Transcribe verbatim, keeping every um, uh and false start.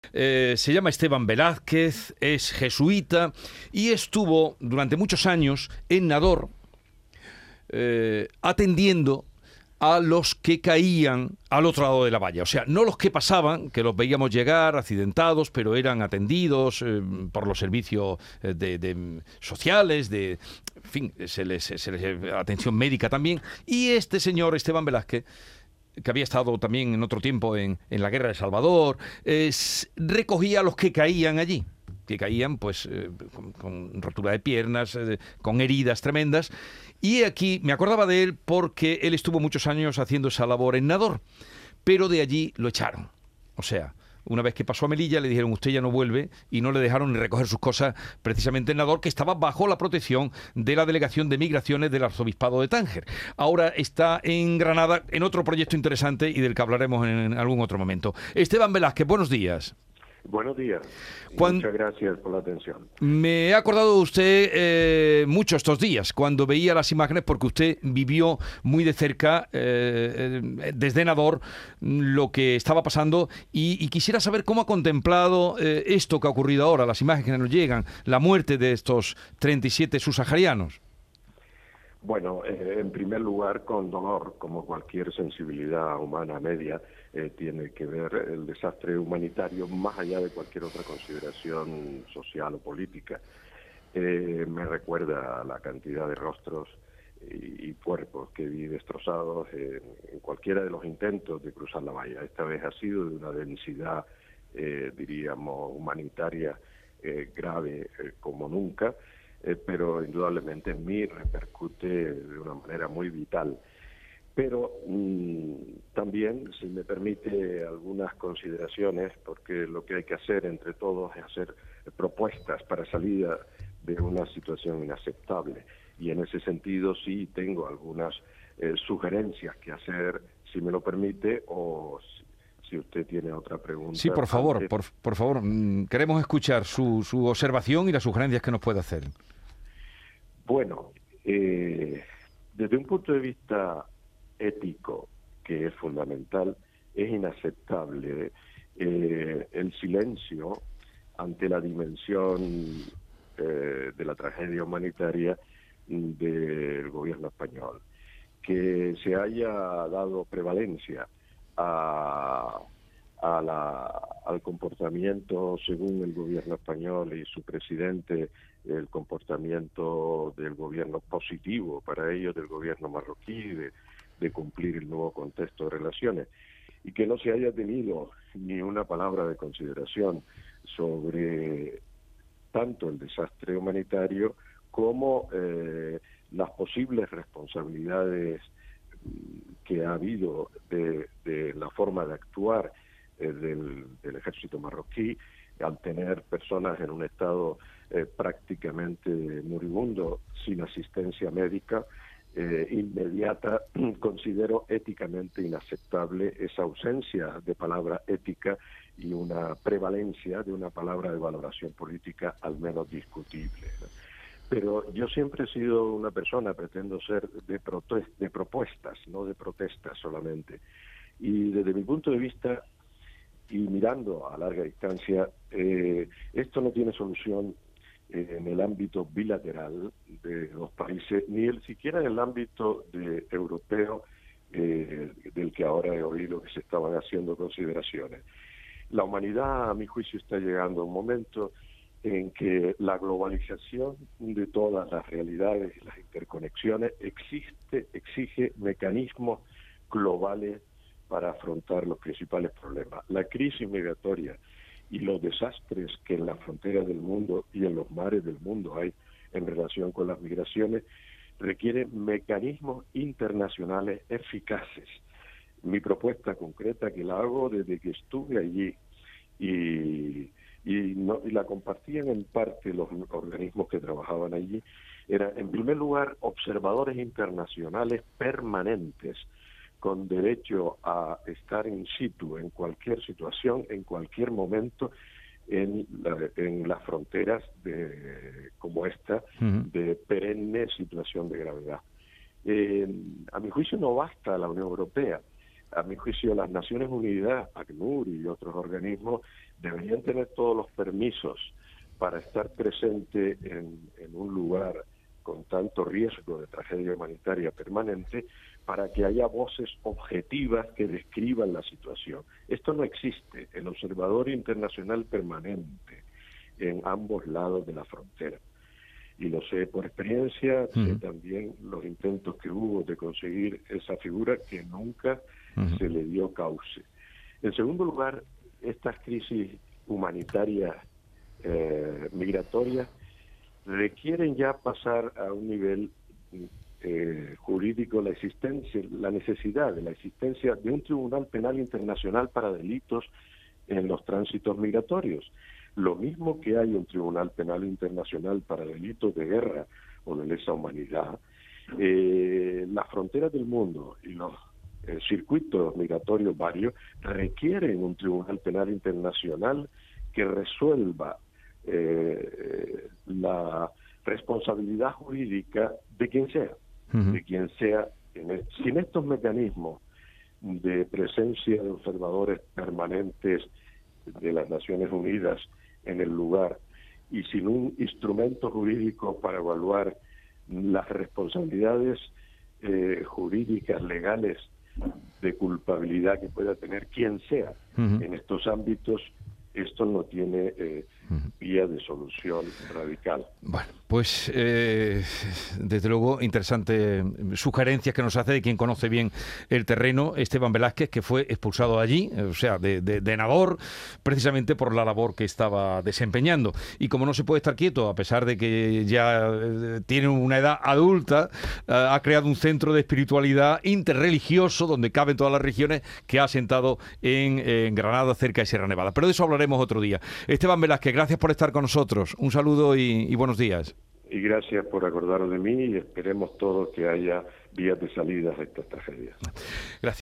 Eh, se llama Esteban Velázquez, es jesuita y estuvo durante muchos años en Nador eh, atendiendo a los que caían al otro lado de la valla. O sea, no los que pasaban, que los veíamos llegar accidentados, pero eran atendidos eh, por los servicios eh, de, de sociales, de, en fin, se les, se les atención médica también. Y este señor, Esteban Velázquez, que había estado también en otro tiempo en, en la Guerra de Salvador, eh, recogía a los que caían allí, que caían pues eh, con, con rotura de piernas, eh, con heridas tremendas. Y aquí me acordaba de él porque él estuvo muchos años haciendo esa labor en Nador, pero de allí lo echaron. O sea, una vez que pasó a Melilla le dijeron usted ya no vuelve y no le dejaron ni recoger sus cosas precisamente en Nador, que estaba bajo la protección de la Delegación de Migraciones del Arzobispado de Tánger. Ahora está en Granada en otro proyecto interesante y del que hablaremos en algún otro momento. Esteban Velázquez, buenos días. Buenos días. Cuando... Muchas gracias por la atención. Me he acordado de usted eh, mucho estos días, cuando veía las imágenes, porque usted vivió muy de cerca, eh, desde Nador, lo que estaba pasando, y, y quisiera saber cómo ha contemplado eh, esto que ha ocurrido ahora, las imágenes que nos llegan, la muerte de estos treinta y siete subsaharianos. Bueno, eh, en primer lugar, con dolor, como cualquier sensibilidad humana media, eh, tiene que ver el desastre humanitario más allá de cualquier otra consideración social o política. Eh, me recuerda a la cantidad de rostros y, y cuerpos que vi destrozados en, en cualquiera de los intentos de cruzar la valla. Esta vez ha sido de una densidad, eh, diríamos, humanitaria eh, grave eh, como nunca. Eh, pero indudablemente en mí repercute de una manera muy vital. Pero mmm, también, si me permite, algunas consideraciones, porque lo que hay que hacer entre todos es hacer propuestas para salida de una situación inaceptable. Y en ese sentido sí tengo algunas eh, sugerencias que hacer, si me lo permite, o si, si usted tiene otra pregunta. Sí, por favor, por, por favor. Queremos escuchar su, su observación y las sugerencias que nos puede hacer. Bueno, eh, desde un punto de vista ético, que es fundamental, es inaceptable eh, el silencio ante la dimensión eh, de la tragedia humanitaria del gobierno español. Que se haya dado prevalencia a, a la, al comportamiento, según el gobierno español y su presidente, el comportamiento del gobierno positivo para ellos, del gobierno marroquí, de, de cumplir el nuevo contexto de relaciones, y que no se haya tenido ni una palabra de consideración sobre tanto el desastre humanitario como eh, las posibles responsabilidades que ha habido de, de la forma de actuar eh, del, del ejército marroquí al tener personas en un estado eh, prácticamente moribundo, sin asistencia médica eh, inmediata. Considero éticamente inaceptable esa ausencia de palabra ética y una prevalencia de una palabra de valoración política al menos discutible, ¿no? Pero yo siempre he sido una persona, pretendo ser de, de propuestas, no de protestas solamente. Y desde mi punto de vista, y mirando a larga distancia, eh, esto no tiene solución eh, en el ámbito bilateral de los países, ni el, siquiera en el ámbito de, europeo, eh, del que ahora he oído que se estaban haciendo consideraciones. La humanidad, a mi juicio, está llegando a un momento en que la globalización de todas las realidades y las interconexiones existe, exige mecanismos globales para afrontar los principales problemas. La crisis migratoria y los desastres que en las fronteras del mundo y en los mares del mundo hay en relación con las migraciones requieren mecanismos internacionales eficaces. Mi propuesta concreta, que la hago desde que estuve allí y Y, no, y la compartían en parte los organismos que trabajaban allí, era, en primer lugar, observadores internacionales permanentes, con derecho a estar in situ en cualquier situación, en cualquier momento, en, la, en las fronteras de, como esta, uh-huh. de perenne situación de gravedad. Eh, a mi juicio no basta la Unión Europea. A mi juicio, las Naciones Unidas, ACNUR y otros organismos deberían tener todos los permisos para estar presente en, en un lugar con tanto riesgo de tragedia humanitaria permanente, para que haya voces objetivas que describan la situación. Esto no existe. El observador internacional permanente en ambos lados de la frontera. Y lo sé por experiencia, uh-huh. sé también los intentos que hubo de conseguir esa figura que nunca uh-huh. se le dio cauce. En segundo lugar, estas crisis humanitarias eh, migratorias requieren ya pasar a un nivel eh, jurídico la existencia, la necesidad de la existencia de un Tribunal Penal Internacional para delitos en los tránsitos migratorios. Lo mismo que hay un Tribunal Penal Internacional para delitos de guerra o de lesa humanidad, eh, las fronteras del mundo y los eh, circuitos migratorios varios requieren un Tribunal Penal Internacional que resuelva eh, la responsabilidad jurídica de quien sea, uh-huh. de quien sea. En el, sin estos mecanismos de presencia de observadores permanentes de las Naciones Unidas en el lugar y sin un instrumento jurídico para evaluar las responsabilidades eh, jurídicas, legales, de culpabilidad que pueda tener quien sea uh-huh. en estos ámbitos, esto no tiene eh, vía de solución radical. Bueno, pues eh, desde luego interesante sugerencias que nos hace de quien conoce bien el terreno, Esteban Velázquez, que fue expulsado allí, o sea, de, de, de Nador, precisamente por la labor que estaba desempeñando. Y como no se puede estar quieto, a pesar de que ya eh, tiene una edad adulta, eh, ha creado un centro de espiritualidad interreligioso donde caben todas las regiones, que ha asentado en, en Granada, cerca de Sierra Nevada. Pero de eso hablaremos otro día. Esteban Velázquez, gracias por estar con nosotros. Un saludo y, y buenos días. Y gracias por acordaros de mí y esperemos todos que haya vías de salida a estas tragedias. Gracias.